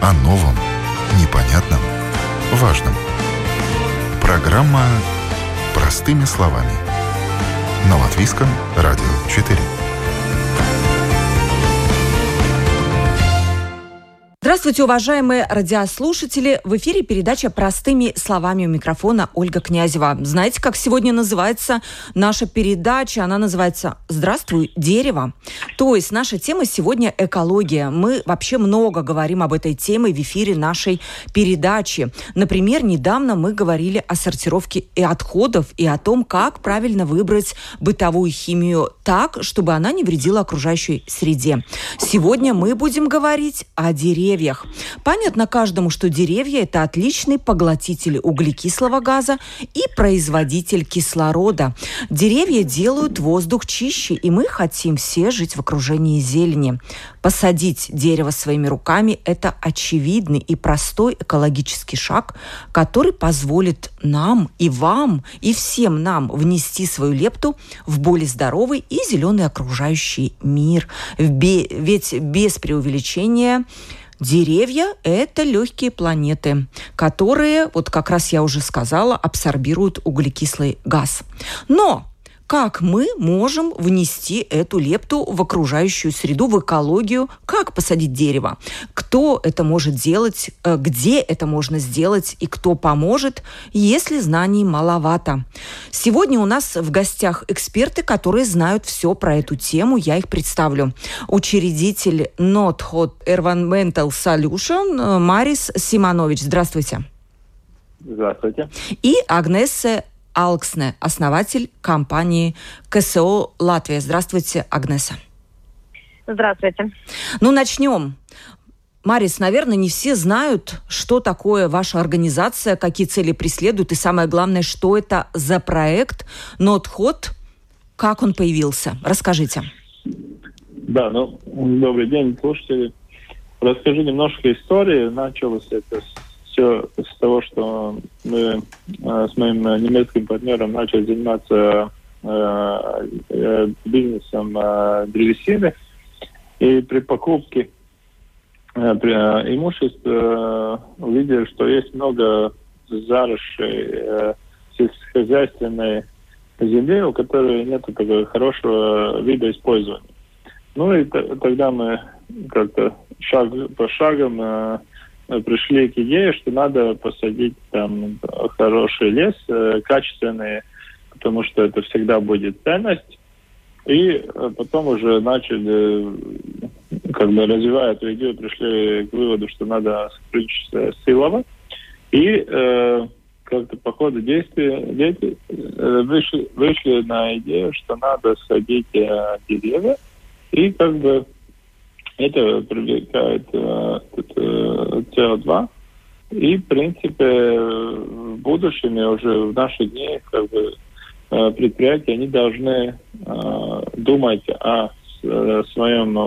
О новом, непонятном, важном. Программа «Простыми словами» на Латвийском радио 4. Здравствуйте, уважаемые радиослушатели! В эфире передача «Простыми словами», у микрофона Ольга Князева. Знаете, как сегодня называется наша передача? Она называется «Здравствуй, дерево». То есть наша тема сегодня – экология. Мы вообще много говорим об этой теме в эфире нашей передачи. Например, недавно мы говорили о сортировке и отходов и о том, как правильно выбрать бытовую химию так, чтобы она не вредила окружающей среде. Сегодня мы будем говорить о деревьях. Понятно каждому, что деревья – это отличный поглотитель углекислого газа и производитель кислорода. Деревья делают воздух чище, и мы хотим все жить в окружении зелени. Посадить дерево своими руками – это очевидный и простой экологический шаг, который позволит нам и вам, и всем нам внести свою лепту в более здоровый и зеленый окружающий мир. Ведь без преувеличения деревья – это легкие планеты, которые, вот как раз я уже сказала, абсорбируют углекислый газ. Но как мы можем внести эту лепту в окружающую среду, в экологию? Как посадить дерево? Кто это может делать? Где это можно сделать? И кто поможет, если знаний маловато? Сегодня у нас в гостях эксперты, которые знают все про эту тему. Я их представлю. Учредитель Not Hot Environmental Solution Марис Симонович. Здравствуйте. Здравствуйте. И Агнеса Алксне, основатель компании КСО Латвия. Здравствуйте, Агнеса. Здравствуйте. Ну, начнем. Марис, наверное, не все знают, что такое ваша организация, какие цели преследует, и самое главное, что это за проект Not Hot, как он появился. Расскажите. Да, добрый день, слушатели. Расскажу немножко истории. Началось это все с того, что мы с моим немецким партнером начали заниматься бизнесом древесины. И при покупке имущества увидели, что есть много заросшей сельскохозяйственной земли, у которой нет такого хорошего вида использования. Ну и тогда мы как-то шаг по шагам пришли к идее, что надо посадить там хороший лес, качественный, потому что это всегда будет ценность. И потом уже начали, развивая эту идею, пришли к выводу, что надо сотрудничать с Илово. И как-то по ходу действия вышли на идею, что надо садить деревья. И это привлекает СО2. И, в принципе, в будущем, уже в наши дни, предприятия, они должны думать о своем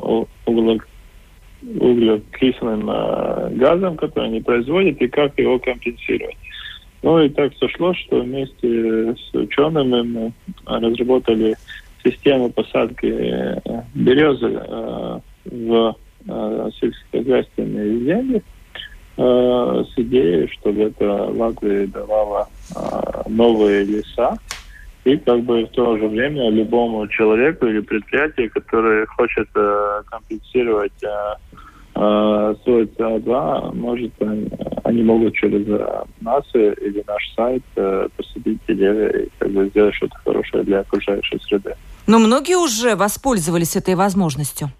углекислым газом, который они производят, и как его компенсировать. Ну и так сошло, что вместе с учеными мы разработали систему посадки березы в сельскохозяйственные земли с идеей, чтобы это Латвии давало новые леса. И в то же время любому человеку или предприятию, который хочет компенсировать свой СО2, они могут через нас или наш сайт посадить деревья и сделать что-то хорошее для окружающей среды. Но многие уже воспользовались этой возможностью.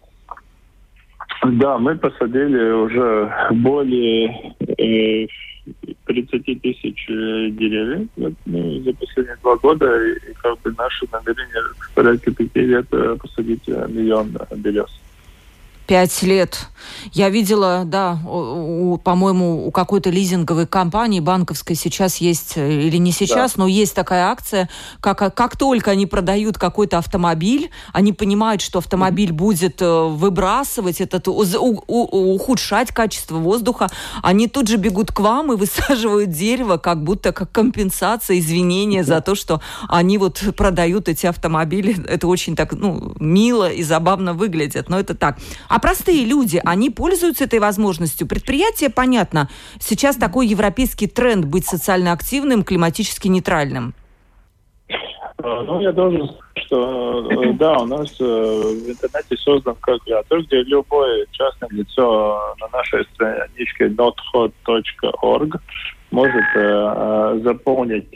Да, мы посадили уже более 30 тысяч деревьев за последние 2 года. И наше намерение в порядке 5 лет посадить 1 миллион берез. 5 лет. Я видела, да, по-моему, у какой-то лизинговой компании банковской сейчас есть, или не сейчас, но есть такая акция, как только они продают какой-то автомобиль, они понимают, что автомобиль будет выбрасывать, ухудшать качество воздуха, они тут же бегут к вам и высаживают дерево, как будто как компенсация, извинение за то, что они продают эти автомобили. Это очень так, мило и забавно выглядит, но это так. А простые люди, они пользуются этой возможностью? Предприятие, понятно, сейчас такой европейский тренд быть социально активным, климатически нейтральным. Ну, я должен сказать, что да, у нас в интернете создан калькулятор, где любое частное лицо на нашей страничке nothot.org может заполнить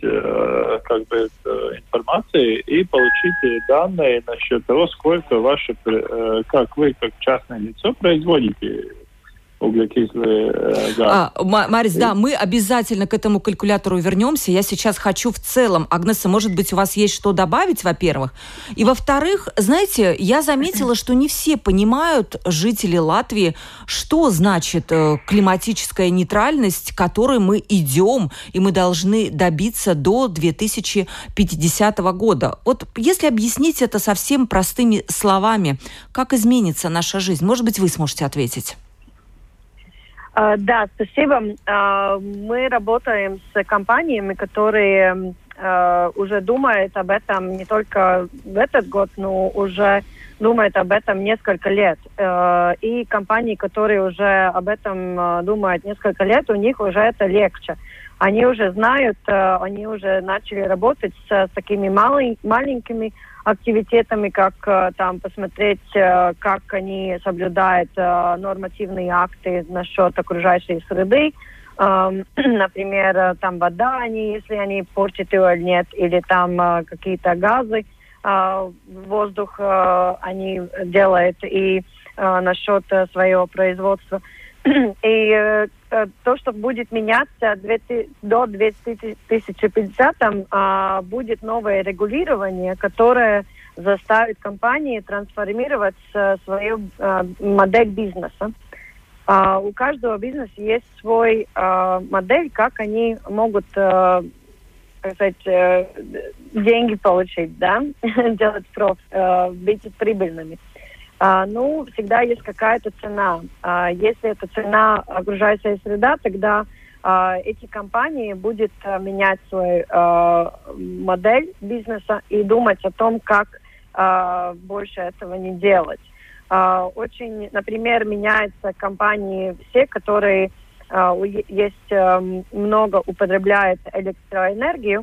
информацию и получить данные насчет того, сколько как вы, как частное лицо, производите углекислый газ. Марис, да, мы обязательно к этому калькулятору вернемся. Я сейчас хочу в целом, Агнеса, может быть, у вас есть что добавить, во-первых. И, во-вторых, знаете, я заметила, что не все понимают, жители Латвии, что значит климатическая нейтральность, к которой мы идем, и мы должны добиться до 2050 года. Вот если объяснить это совсем простыми словами, как изменится наша жизнь? Может быть, вы сможете ответить? Да, спасибо. Мы работаем с компаниями, которые уже думают об этом не только в этот год, но уже думают об этом несколько лет. И компании, которые уже об этом думают несколько лет, у них уже это легче. Они уже знают, они уже начали работать с такими маленькими активитетами, как там посмотреть, как они соблюдают нормативные акты насчет окружающей среды. Например, там вода, если они портят ее или нет, или там какие-то газы, воздух они делают и насчет своего производства. И то, что будет меняться до 2050, будет новое регулирование, которое заставит компании трансформировать свою модель бизнеса. У каждого бизнеса есть свой модель, как они могут, деньги получить, да, делать профит, быть прибыльными. Всегда есть какая-то цена. Если это цена окружающая среда, тогда эти компании будут менять свою модель бизнеса и думать о том, как больше этого не делать. Очень, например, меняются компании все, которые много употребляют электроэнергию,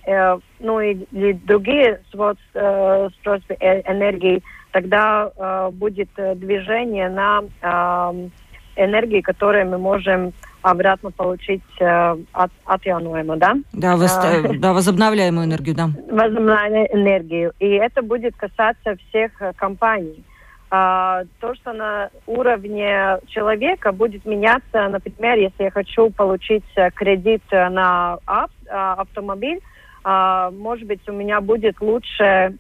или другие способы энергии, тогда будет движение на энергии, которые мы можем обратно получить отъявляемую, да? Да, возобновляемую энергию, да. Возобновляемую энергию. И это будет касаться всех компаний. То, что на уровне человека будет меняться, например, если я хочу получить кредит на автомобиль, может быть, у меня будет лучше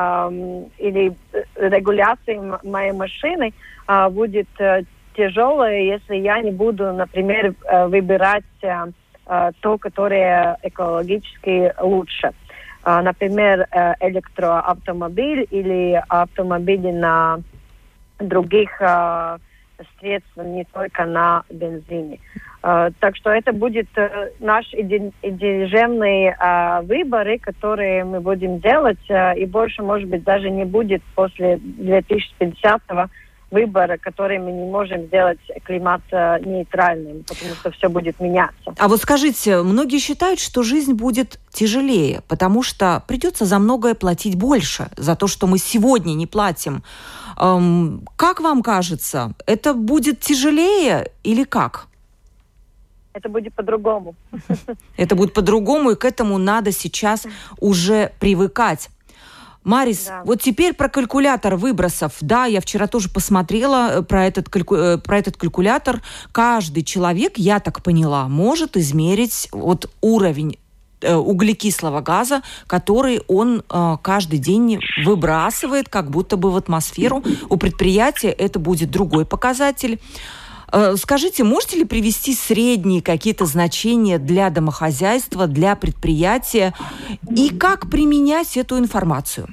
или регуляция моей машины будет тяжелая, если я не буду, например, выбирать то, которое экологически лучше. Например, электроавтомобиль или автомобили на других средств, не только на бензине. Так что это будет наши ежедневные выборы, которые мы будем делать, и больше, может быть, даже не будет после 2050-го выбора, который мы не можем сделать климат-нейтральным, потому что все будет меняться. А вот скажите, многие считают, что жизнь будет тяжелее, потому что придется за многое платить больше, за то, что мы сегодня не платим. Как вам кажется, это будет тяжелее или как? Это будет по-другому. Это будет по-другому, и к этому надо сейчас уже привыкать. Марис, да. Вот теперь про калькулятор выбросов. Да, я вчера тоже посмотрела про этот калькулятор. Каждый человек, я так поняла, может измерить вот уровень углекислого газа, который он каждый день выбрасывает, как будто бы в атмосферу. У предприятия это будет другой показатель. Скажите, можете ли привести средние какие-то значения для домохозяйства, для предприятия, и как применять эту информацию?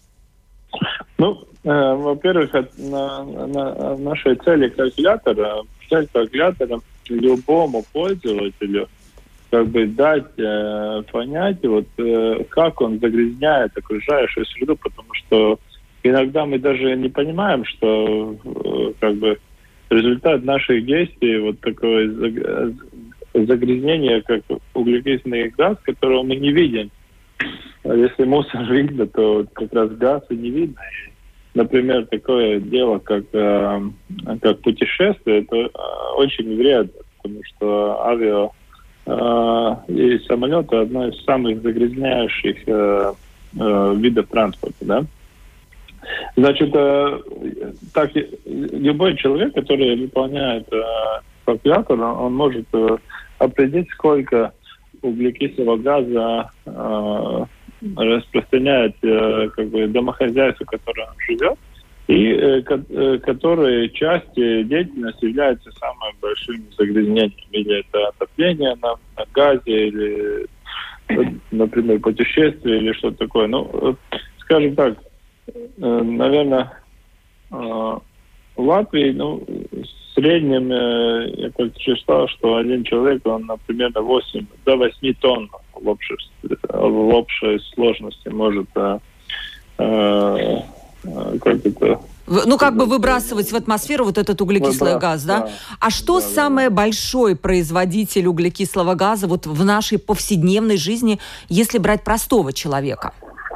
Во-первых, нашей цель калькулятора любому пользователю дать понять, как он загрязняет окружающую среду, потому что иногда мы даже не понимаем, что как бы результат наших действий, вот такое загрязнение, как углекислый газ, которого мы не видим. Если мусор видно, то как раз газ и не видно. И, например, такое дело, как путешествие, это очень вредно, потому что авиа и самолеты одно из самых загрязняющих видов транспорта, да? Значит, так любой человек, который выполняет калькулятор, он может определить, сколько углекислого газа распространяет как бы домохозяйство, в котором он живет, и которые части деятельности являются самым большим загрязнением. Или это отопление на газе, или, например, путешествие, или что-то такое. Ну, скажем так, наверное, в Латвии, в среднем, я как-то читал, что один человек, он, например, до 8 тонн в общей сложности может как бы выбрасывать в атмосферу вот этот углекислый газ, да? А что самый большой производитель углекислого газа вот в нашей повседневной жизни, если брать простого человека?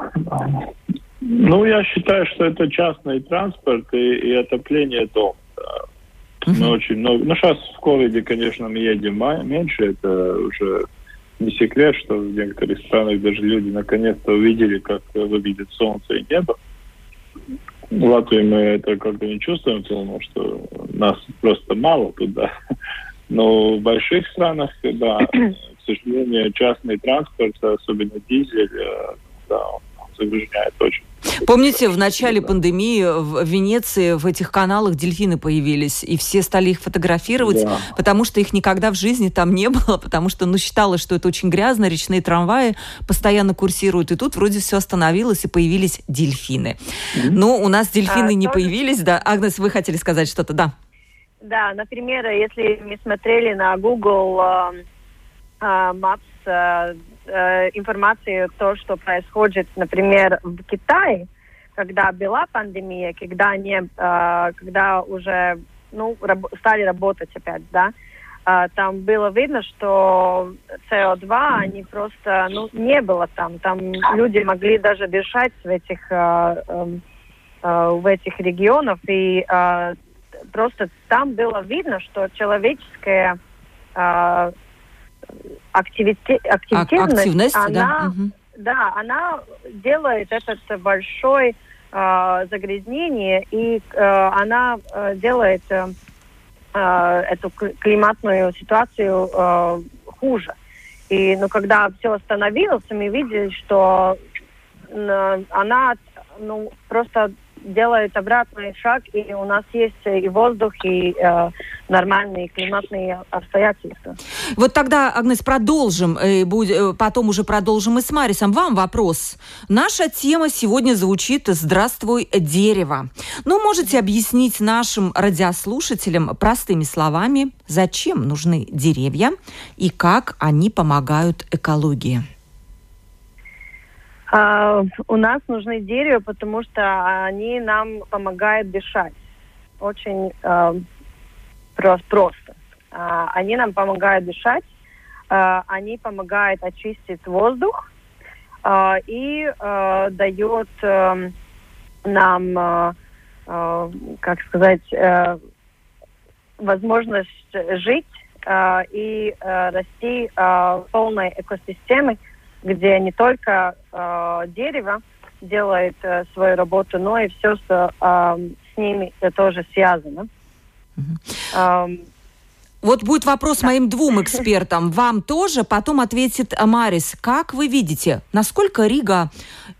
Я считаю, что это частный транспорт и отопление дома. Мы очень много... сейчас в ковиде, конечно, мы едем меньше. Это уже не секрет, что в некоторых странах даже люди наконец-то увидели, как выглядит солнце и небо. В Латвии мы это как-то не чувствуем, потому что нас просто мало туда. Но в больших странах, да, к сожалению, частный транспорт, особенно дизель, он загрязняет очень. Помните, в начале пандемии в Венеции в этих каналах дельфины появились, и все стали их фотографировать, потому что их никогда в жизни там не было, потому что считалось, что это очень грязно, речные трамваи постоянно курсируют, и тут вроде все остановилось, и появились дельфины. Но у нас дельфины не появились, да. Агнес, вы хотели сказать что-то, да? Да, например, если мы смотрели на Google Maps, информацию, то, что происходит, например, в Китае, когда была пандемия, когда уже стали работать опять, да, там было видно, что СО2, они просто, не было там. Там люди могли даже дышать в этих регионах, и просто там было видно, что человеческая активность, она делает это большое загрязнение, и она делает эту климатную ситуацию хуже. И когда все остановилось, мы видели, что она просто делает обратный шаг, и у нас есть и воздух, и нормальные климатные обстоятельства. Вот тогда, Агнес, продолжим, потом уже продолжим и с Марисом. Вам вопрос. Наша тема сегодня звучит «Здравствуй, дерево». Можете объяснить нашим радиослушателям простыми словами, зачем нужны деревья и как они помогают экологии? У нас нужны деревья, потому что они нам помогают дышать. Очень просто. Они нам помогают дышать, они помогают очистить воздух и дают нам, возможность жить и расти в полной экосистеме, где не только дерево делает свою работу, но и все, что с ними тоже связано. Вот будет вопрос моим двум экспертам. Вам тоже, потом ответит Марис. Как вы видите, насколько Рига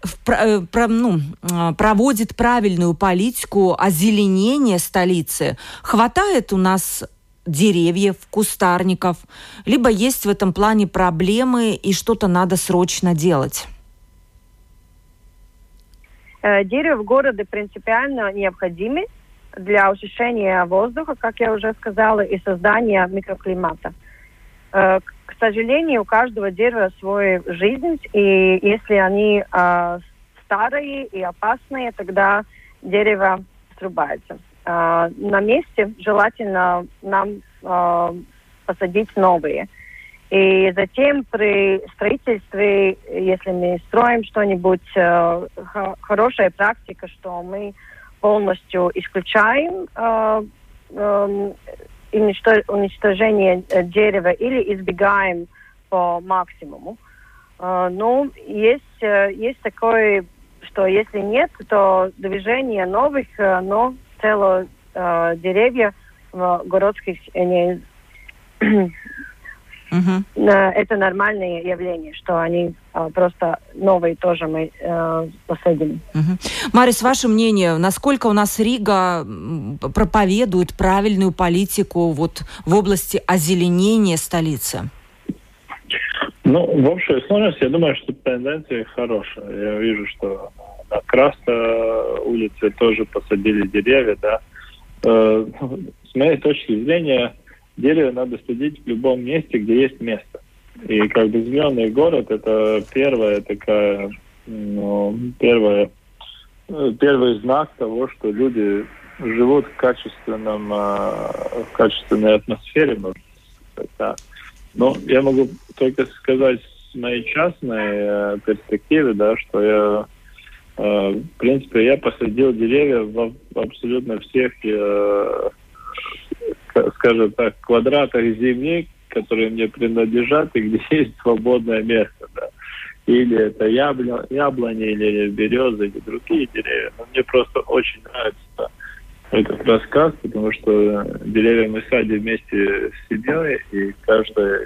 проводит правильную политику озеленения столицы? Хватает у нас деревьев, кустарников, либо есть в этом плане проблемы и что-то надо срочно делать? Дерева в городе принципиально необходимы для очищения воздуха, как я уже сказала, и создания микроклимата. К сожалению, у каждого дерева своя жизнь, и если они старые и опасные, тогда дерево срубается. На месте желательно нам посадить новые. И затем при строительстве, если мы строим что-нибудь, хорошая практика, что мы полностью исключаем уничтожение дерева или избегаем по максимуму. Но есть такое, что если нет, то движение новых, но целых деревьев в городских это нормальное явление, что они просто новые тоже мы посадим. Марис, ваше мнение, насколько у нас Рига проповедует правильную политику вот в области озеленения столицы? Ну, в общей сложности, я думаю, что тенденция хорошая. Я вижу, что на Красной улице тоже посадили деревья, да. С моей точки зрения, дерево надо садить в любом месте, где есть место. И как бы зеленый город — это первый знак того, что люди живут в качественной атмосфере, можно сказать, да. Но я могу только сказать с моей частной перспективы, да, что я, в принципе, я посадил деревья в абсолютно всех, скажем так, квадратах земли, которые мне принадлежат, и где есть свободное место, да. Или это яблони, или березы, или другие деревья. Но мне просто очень нравится этот рассказ, потому что деревья мы садим вместе с семьей, и каждой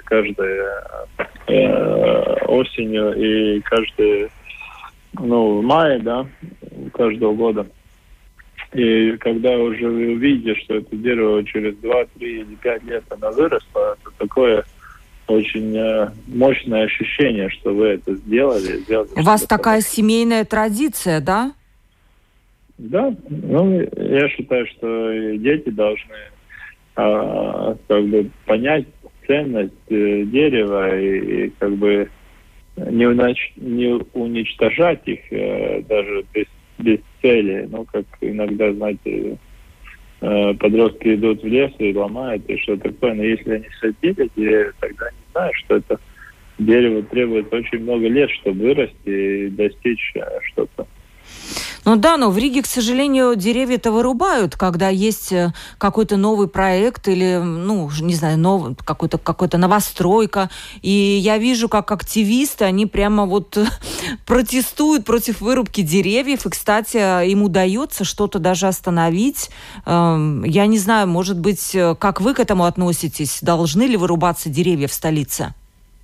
осенью и каждый, в мае, да, каждого года. И когда уже вы увидите, что это дерево через 2, 3 или 5 лет оно выросло, это такое очень мощное ощущение, что вы это сделали. У вас такая семейная традиция, да? Да, я считаю, что и дети должны как бы понять ценность дерева и как бы не уничтожать их даже без цели. Как иногда, знаете, подростки идут в лес и ломают, и что такое. Но если они садили деревья, тогда они знают, что это дерево требует очень много лет, чтобы вырасти и достичь что-то. Ну да, но в Риге, к сожалению, деревья-то вырубают, когда есть какой-то новый проект или, не знаю, какая-то новостройка. И я вижу, как активисты, они прямо вот протестуют против вырубки деревьев. И, кстати, им удается что-то даже остановить. Я не знаю, может быть, как вы к этому относитесь? Должны ли вырубаться деревья в столице?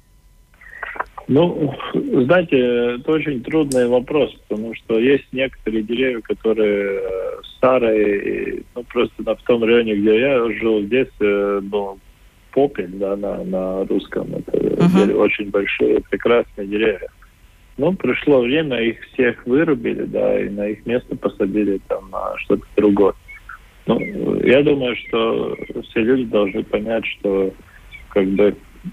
Знаете, это очень трудный вопрос, потому что есть некоторые деревья, которые старые, просто в том районе, где я жил в детстве, был попель, да, на русском. Это дерево, очень большие, прекрасные деревья. Пришло время, их всех вырубили, да, и на их место посадили там что-то другое. Я думаю, что все люди должны понять, что как бы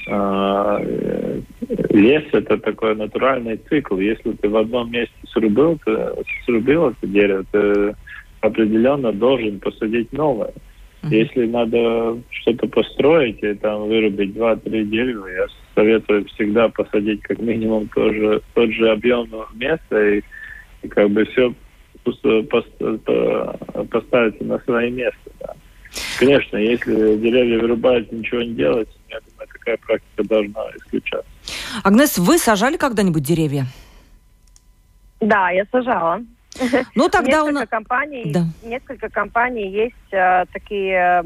лес — это такой натуральный цикл. Если ты в одном месте срубил это дерево, ты определенно должен посадить новое. Если надо что-то построить и там вырубить 2-3 дерева, я советую всегда посадить как минимум тот же объем места и как бы все поставить на свое место. Да. Конечно, если деревья вырубают, ничего не делать, я думаю, такая практика должна исключаться. Агнес, вы сажали когда-нибудь деревья? Да, я сажала. Тогда несколько компаний есть такие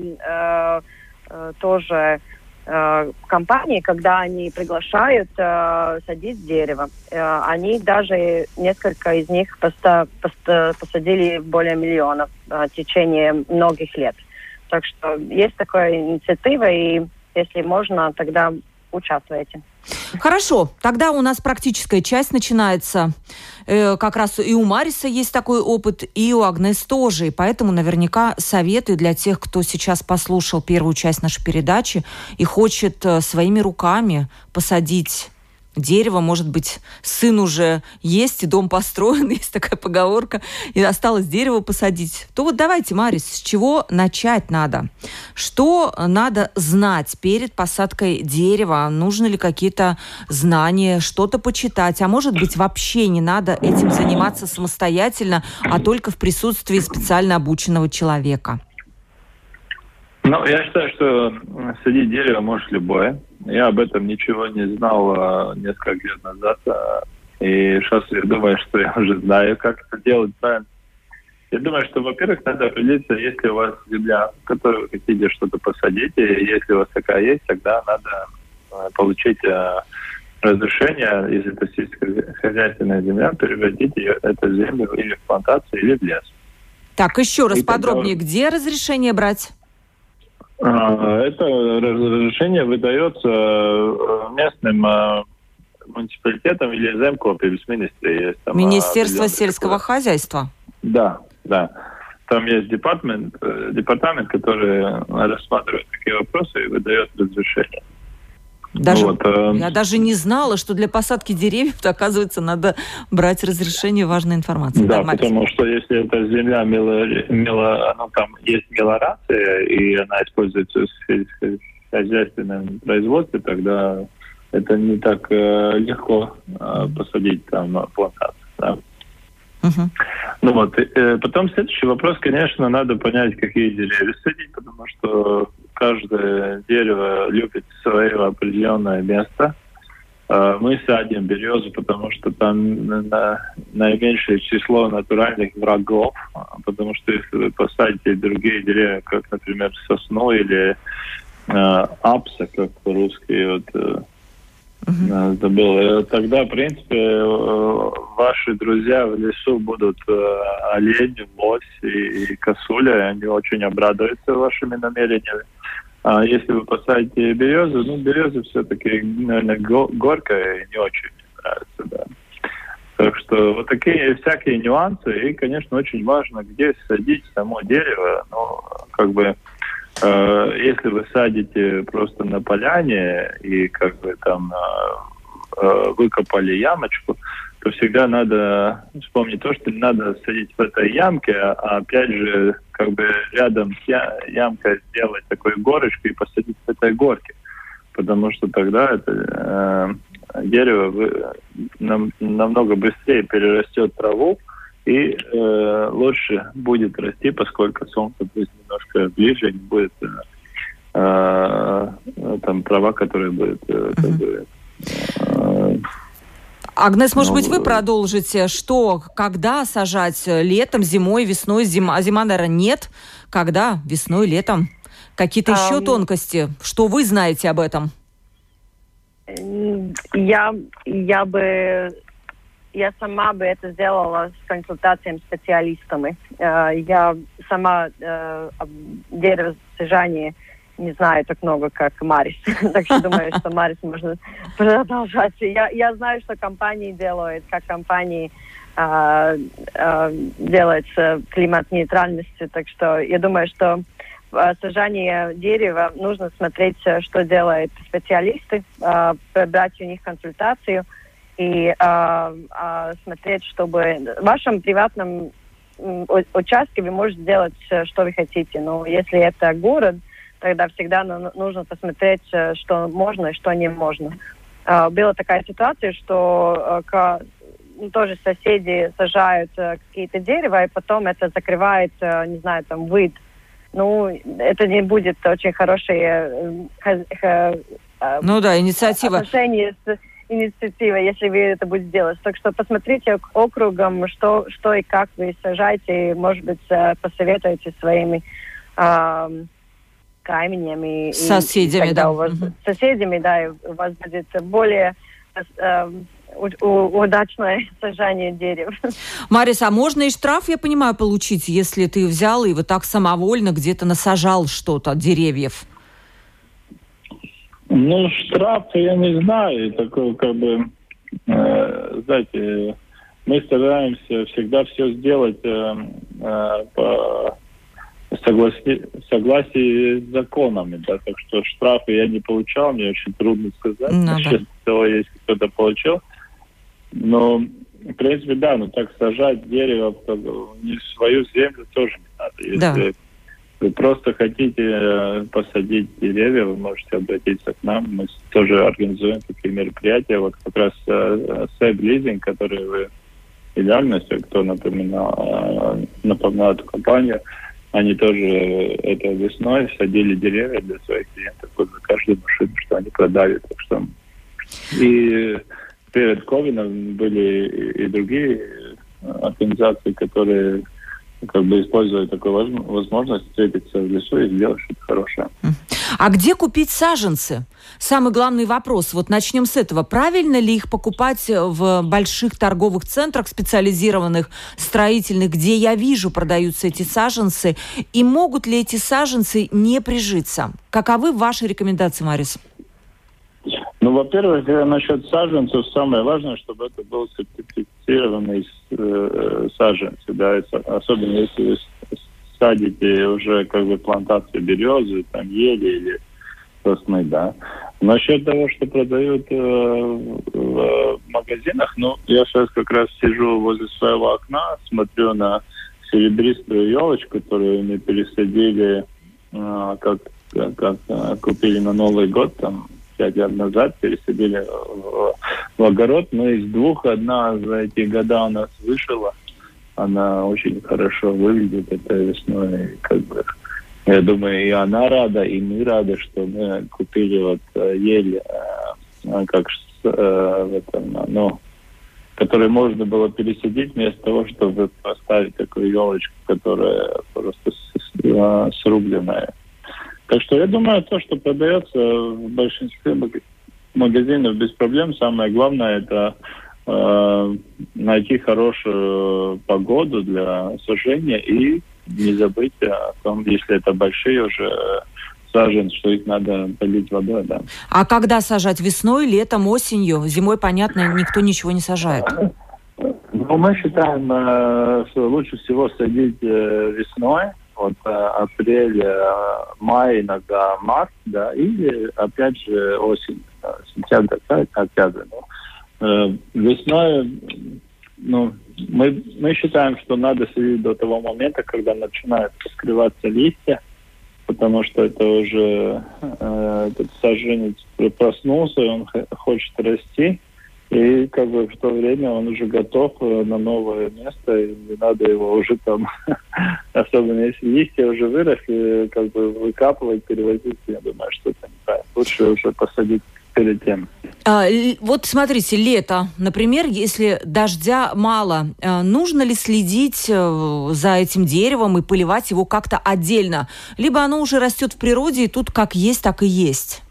тоже компании, когда они приглашают садить дерево. Они даже, несколько из них посадили более миллиона в течение многих лет. Так что есть такая инициатива, и если можно, тогда участвуйте. Хорошо, тогда у нас практическая часть начинается. Как раз и у Мариса есть такой опыт, и у Агнес тоже. И поэтому наверняка советую для тех, кто сейчас послушал первую часть нашей передачи и хочет своими руками посадить дерево, может быть, сын уже есть, и дом построен, есть такая поговорка, и осталось дерево посадить, то вот давайте, Марис, с чего начать надо? Что надо знать перед посадкой дерева? Нужны ли какие-то знания, что-то почитать? А может быть, вообще не надо этим заниматься самостоятельно, а только в присутствии специально обученного человека? Ну, я считаю, что садить дерево может любое. Я об этом ничего не знал несколько лет назад. И сейчас я думаю, что я уже знаю, как это делать правильно. Я думаю, что, во-первых, надо определиться, есть ли у вас земля, в которой вы хотите что-то посадить. И если у вас такая есть, тогда надо получить разрешение, если это сельскохозяйственная земля, превратить эту землю или в плантацию, или в лес. Так, еще раз подробнее, где разрешение брать? Это разрешение выдается местным муниципалитетом или земкопības. Министерство сельского хозяйства? Да. Там есть департамент, который рассматривает такие вопросы и выдает разрешение. Я даже не знала, что для посадки деревьев, оказывается, надо брать разрешение, важная информация. Да, потому что если эта земля там есть мелиорация, и она используется в сельскохозяйственном производстве, тогда это не так легко посадить там плантацию. Да? Потом следующий вопрос, конечно, надо понять, какие деревья садить, потому что каждое дерево любит свое определенное место. Мы садим березу, потому что там наименьшее число натуральных врагов, потому что если вы посадите другие деревья, как, например, сосну или апса, как по-русски, забыл, тогда, в принципе, ваши друзья в лесу будут олень, лось и косуля, они очень обрадуются вашими намерениями. А если вы посадите березу, береза все-таки, наверное, горькая и не очень нравится, да. Так что вот такие всякие нюансы, и, конечно, очень важно, где садить само дерево. Если вы садите просто на поляне и там выкопали ямочку, то всегда надо вспомнить то, что не надо садить в этой ямке, а опять же рядом с ямкой сделать такую горочку и посадить в этой горке. Потому что тогда это дерево намного быстрее перерастет траву и лучше будет расти, поскольку солнце будет немножко ближе, не будет там трава, которая будет Агнес, может быть, вы продолжите, что, когда сажать, летом, зимой, весной, зима, наверное, нет, когда, весной, летом, какие-то еще тонкости, что вы знаете об этом? Я сама бы это сделала с консультациями с специалистами. Я сама деревосажание не знаю так много, как Марис. Так что думаю, что Марис можно продолжать. Я знаю, что компании делают, как компании делают с климат-нейтральностью. Так что я думаю, что сажание дерева нужно смотреть, что делают специалисты, брать у них консультацию и смотреть, чтобы в вашем приватном участке вы можете делать, что вы хотите. Но если это город, тогда всегда нужно посмотреть, что можно и что не можно. Была такая ситуация, что тоже соседи сажают какие-то дерева, и потом это закрывает, не знаю, там, вид. Это не будет очень хорошее инициатива. Отношение с инициативой, если вы это будете делать. Так что посмотрите округом, что и как вы сажаете, и, может быть, посоветуйте своими камнями. Соседями, да. Соседями, да, и у вас будет более удачное сажание дерев. Марис, а можно и штраф, я понимаю, получить, если ты взял и вот так самовольно где-то насажал что-то, деревьев? Штраф я не знаю. Такой, знаете, мы стараемся всегда все сделать согласии с законами, да, так что штрафы я не получал, мне очень трудно сказать, насчет того, если кто-то получил. Но, в принципе, да, но так сажать дерево не в свою землю тоже не надо. Если вы просто хотите посадить деревья, вы можете обратиться к нам. Мы тоже организуем такие мероприятия. Вот как раз Save Leasing, который вы идеально, кто напоминал эту компанию, они тоже этой весной садили деревья для своих клиентов за каждую машину, что они продали. Так что и перед ковидом были и другие организации, которые как бы используя такую возможность встретиться в лесу и сделать что-то хорошее. А где купить саженцы? Самый главный вопрос. Вот начнем с этого. Правильно ли их покупать в больших торговых центрах специализированных, строительных, где я вижу продаются эти саженцы? И могут ли эти саженцы не прижиться? Каковы ваши рекомендации, Марис? Ну, во-первых, насчет саженцев самое важное, чтобы это был сертифицированный саженцы, да, особенно если вы садите уже как бы плантации березы, там ели или сосны, да. Насчет того, что продают в магазинах, ну, я сейчас как раз сижу возле своего окна, смотрю на серебристую елочку, которую мы пересадили, как купили на Новый год, там, 5 лет назад пересадили в огород, но из двух одна за эти года у нас вышла. Она очень хорошо выглядит этой весной. Как бы, я думаю, и она рада, и мы рады, что мы купили вот ель, которую можно было пересадить вместо того, чтобы поставить такую елочку, которая просто срубленная. Так что я думаю, то, что продается в большинстве магазинов без проблем, самое главное это найти хорошую погоду для сажения и не забыть о том, если это большие уже саженцы, что их надо полить водой. Да. А когда сажать? Весной, летом, осенью? Зимой, понятно, никто ничего не сажает. Ну, мы считаем, что лучше всего садить весной. Вот апрель, май, иногда март, да, или опять же осень, сентябрь, октябрь. Весной, ну, мы считаем, что надо садить до того момента, когда начинают раскрываться листья, потому что это уже этот саженец проснулся, и он хочет расти. И как бы в то время он уже готов на новое место, и не надо его уже там, особенно если листья уже выросли, как бы выкапывать, перевозить, я думаю, что это неправильно. Лучше уже посадить перед тем. Вот смотрите, лето, например, если дождя мало, нужно ли следить за этим деревом и поливать его как-то отдельно? Либо оно уже растет в природе, и тут как есть, так и есть?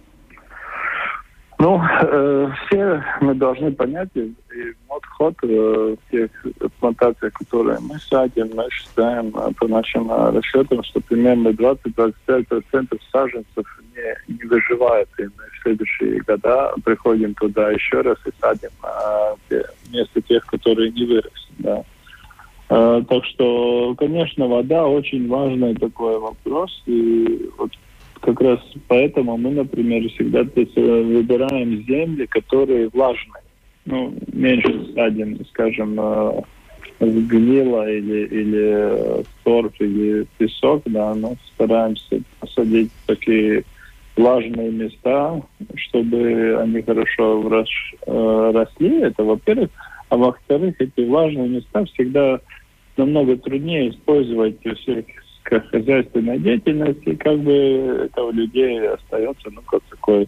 Ну, все мы должны понять, и подход тех плантаций, которые мы садим, мы считаем по нашим расчетам, что примерно 20-25% саженцев не выживает. И мы в следующие года приходим туда еще раз и садим вместо тех, которые не выросли. Да. Так что, конечно, вода очень важный такой вопрос. И вот как раз поэтому мы, например, всегда выбираем земли, которые влажные. Ну, меньше садим, скажем, в гнило или в торф или в песок, да, но стараемся посадить такие влажные места, чтобы они хорошо росли. Это, во-первых. А во-вторых, эти влажные места всегда намного труднее использовать в сельскохозяйственной деятельности, как бы это у людей остается, ну, как такой,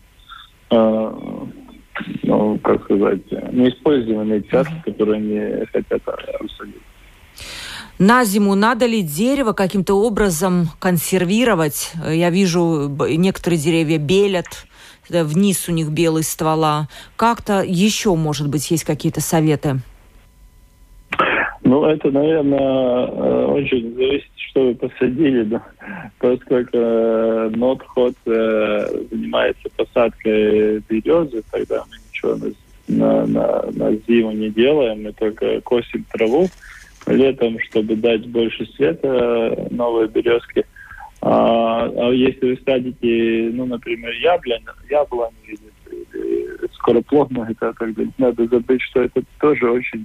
ну, как сказать, неиспользованный участок, который они хотят усадить. На зиму надо ли дерево каким-то образом консервировать? Я вижу, некоторые деревья белят, вниз у них белые ствола. Как-то еще, может быть, есть какие-то советы? Ну, это, наверное, очень зависит, что вы посадили, да. Поскольку Нотход занимается посадкой березы, тогда мы ничего на зиму не делаем, мы только косим траву летом, чтобы дать больше света новой березке. Если вы садите, например, яблонь или скороплодную, это надо забыть, что это тоже очень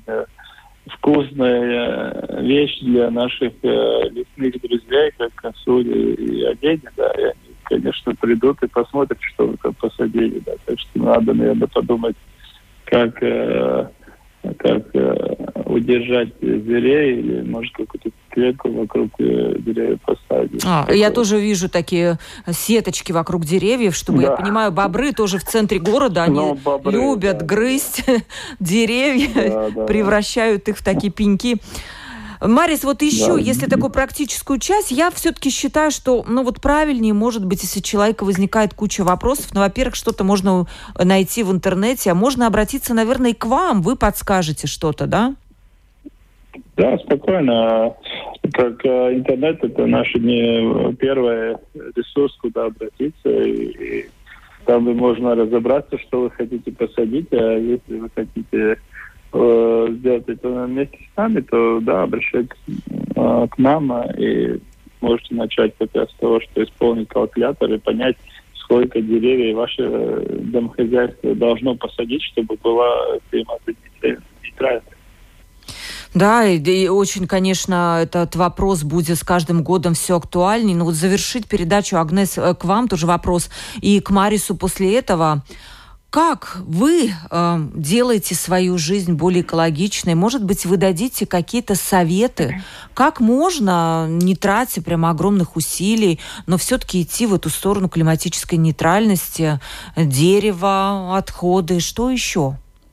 вкусная вещь для наших лесных друзей, как косули и олени, да, и они, конечно, придут и посмотрят, что вы там посадили, да, так что надо, наверное, подумать, как удержать зверей, или, может, какую-то клетку вокруг деревьев поставить. Я тоже вижу такие сеточки вокруг деревьев, чтобы, я понимаю, бобры тоже в центре города, они любят грызть деревья, превращают их в такие пеньки. Марис, вот еще, если такую практическую часть, я все-таки считаю, что, правильнее, может быть, если у человека возникает куча вопросов, во-первых, что-то можно найти в интернете, а можно обратиться, наверное, и к вам, вы подскажете что-то, да? Да, спокойно. Как интернет — это наш не первый ресурс, куда обратиться, и там можно разобраться, что вы хотите посадить, а если вы хотите сделать это вместе с нами, то да, обращайтесь к нам и можете начать как раз с того, что исполнить калькулятор и понять, сколько деревьев ваше домохозяйство должно посадить, чтобы была климатонейтральная. Да, и очень, конечно, этот вопрос будет с каждым годом все актуальнее. Но вот завершить передачу, Агнес, к вам тоже вопрос, и к Марису после этого. Как вы делаете свою жизнь более экологичной? Может быть, вы дадите какие-то советы? Как можно, не тратя прямо огромных усилий, но все-таки идти в эту сторону климатической нейтральности? Дерево, отходы, что еще?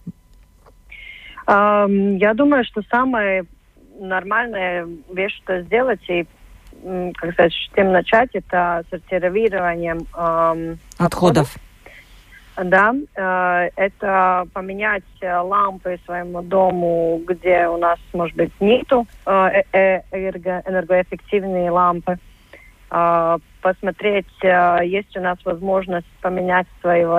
Я думаю, что самая нормальная вещь, что сделать, и, как сказать, с чем начать, это сортирование отходов. Да, это поменять лампы своему дому, где у нас, может быть, нету энергоэффективные лампы. Посмотреть, есть у нас возможность поменять своего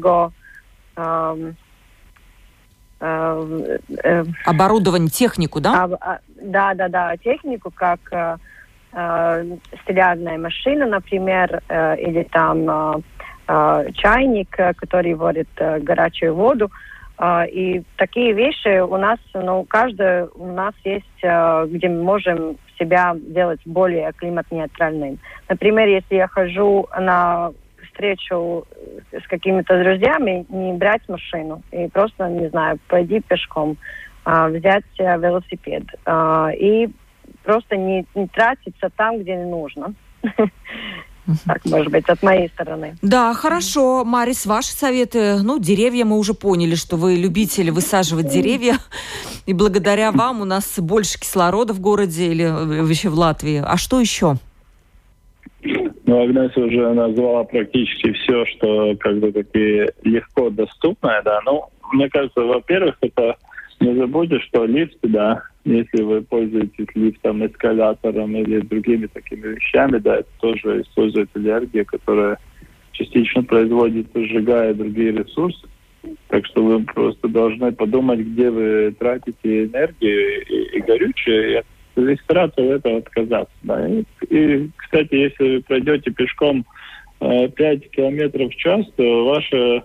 оборудование, технику, да? Да, технику, как столярная машина, например, или там чайник, который варит горячую воду. И такие вещи у нас, каждый у нас есть, где мы можем себя делать более климат-нейтральным. Например, если я хожу на встречу с какими-то друзьями, не брать машину и просто, не знаю, пойти пешком, взять велосипед и просто не тратиться там, где не нужно. Так, может быть, от моей стороны. Да, хорошо. Марис, ваши советы. Деревья мы уже поняли, что вы любитель высаживать деревья. И благодаря вам у нас больше кислорода в городе или вообще в Латвии. А что еще? Агнес уже назвала практически все, что таки легко доступное, да. Мне кажется, во-первых, это не забудьте, что лифты, да, если вы пользуетесь лифтом, эскалатором или другими такими вещами, да, это тоже использует энергию, которая частично производится, сжигая другие ресурсы. Так что вы просто должны подумать, где вы тратите энергию и горючее, и стараться от этого отказаться. Да. И, кстати, если вы пройдете пешком 5 километров в час, то ваша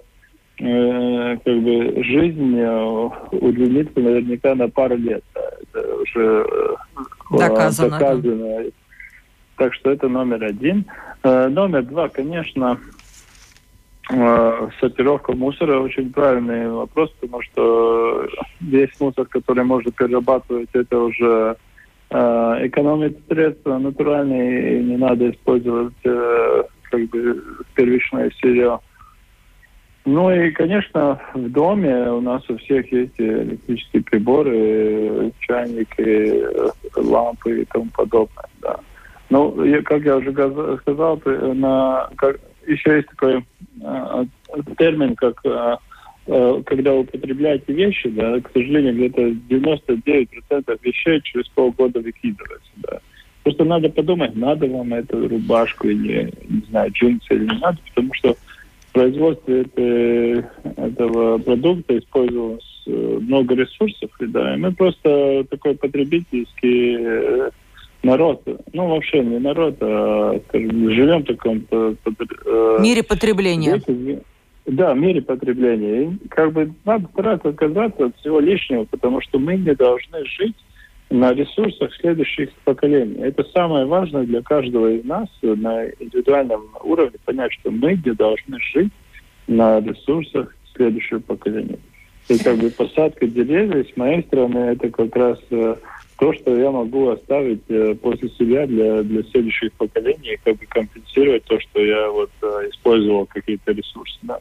жизнь удлинится наверняка на пару лет. Да. Это уже доказано. Так что это номер один. Номер два, конечно, сортировка мусора. Очень правильный вопрос, потому что весь мусор, который можно перерабатывать, это уже экономит средства натуральные, и не надо использовать первичное сырье. И, конечно, в доме у нас у всех есть электрические приборы, чайники, лампы и тому подобное. Да. Как я уже сказал, еще есть такой термин, как когда вы употребляете вещи, да, к сожалению, где-то 99% вещей через полгода выкидываются. Да. Просто надо подумать, надо вам эту рубашку или, не знаю, джинсы или не надо, потому что в производстве этого продукта использовалось много ресурсов, да, и мы просто такой потребительский народ, вообще не народ, а, скажем, живем в таком мире потребления. Да, в мире потребления. И надо стараться отказаться от всего лишнего, потому что мы не должны жить на ресурсах следующих поколений. Это самое важное для каждого из нас на индивидуальном уровне понять, что мы не должны жить на ресурсах следующего поколения. И посадка деревьев, с моей стороны, это как раз то, что я могу оставить после себя для следующих поколений, компенсировать то, что я использовал какие-то ресурсы. Да.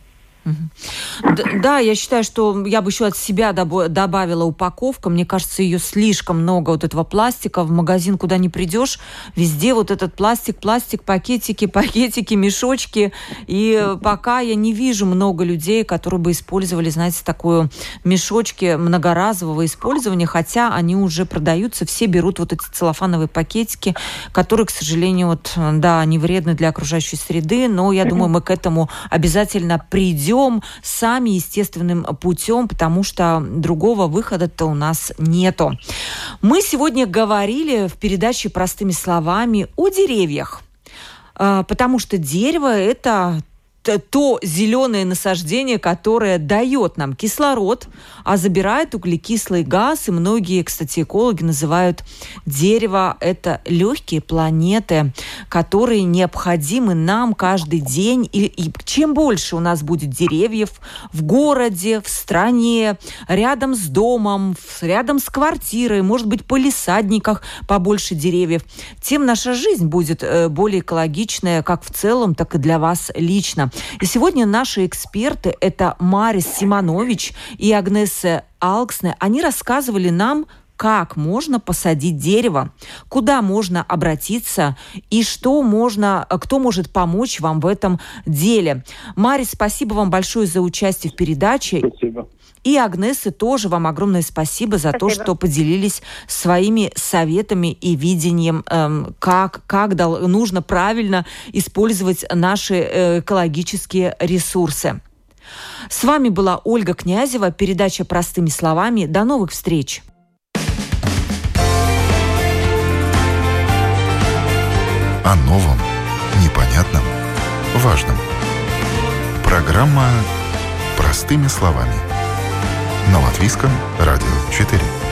Да, я считаю, что я бы еще от себя добавила упаковка. Мне кажется, ее слишком много, этого пластика. В магазин, куда ни придешь, везде этот пластик, пакетики, мешочки. И пока я не вижу много людей, которые бы использовали, знаете, такую мешочки многоразового использования, хотя они уже продаются, все берут эти целлофановые пакетики, которые, к сожалению, они вредны для окружающей среды, но я думаю, мы к этому обязательно придем сами естественным путем, потому что другого выхода-то у нас нету. Мы сегодня говорили в передаче «Простыми словами» о деревьях, потому что дерево – это то зеленое насаждение, которое дает нам кислород, а забирает углекислый газ. И многие, кстати, экологи называют дерево это легкие планеты, которые необходимы нам каждый день. И чем больше у нас будет деревьев в городе, в стране, рядом с домом, рядом с квартирой, может быть, в палисадниках побольше деревьев, тем наша жизнь будет более экологичная, как в целом, так и для вас лично. И сегодня наши эксперты, это Марис Симонович и Агнеса Алксне, они рассказывали нам, как можно посадить дерево, куда можно обратиться и кто может помочь вам в этом деле. Марис, спасибо вам большое за участие в передаче. Спасибо. И Агнесе тоже вам огромное спасибо за то, что поделились своими советами и видением, как нужно правильно использовать наши экологические ресурсы. С вами была Ольга Князева, передача «Простыми словами». До новых встреч! О новом, непонятном, важном. Программа «Простыми словами» на Латвийском радио 4.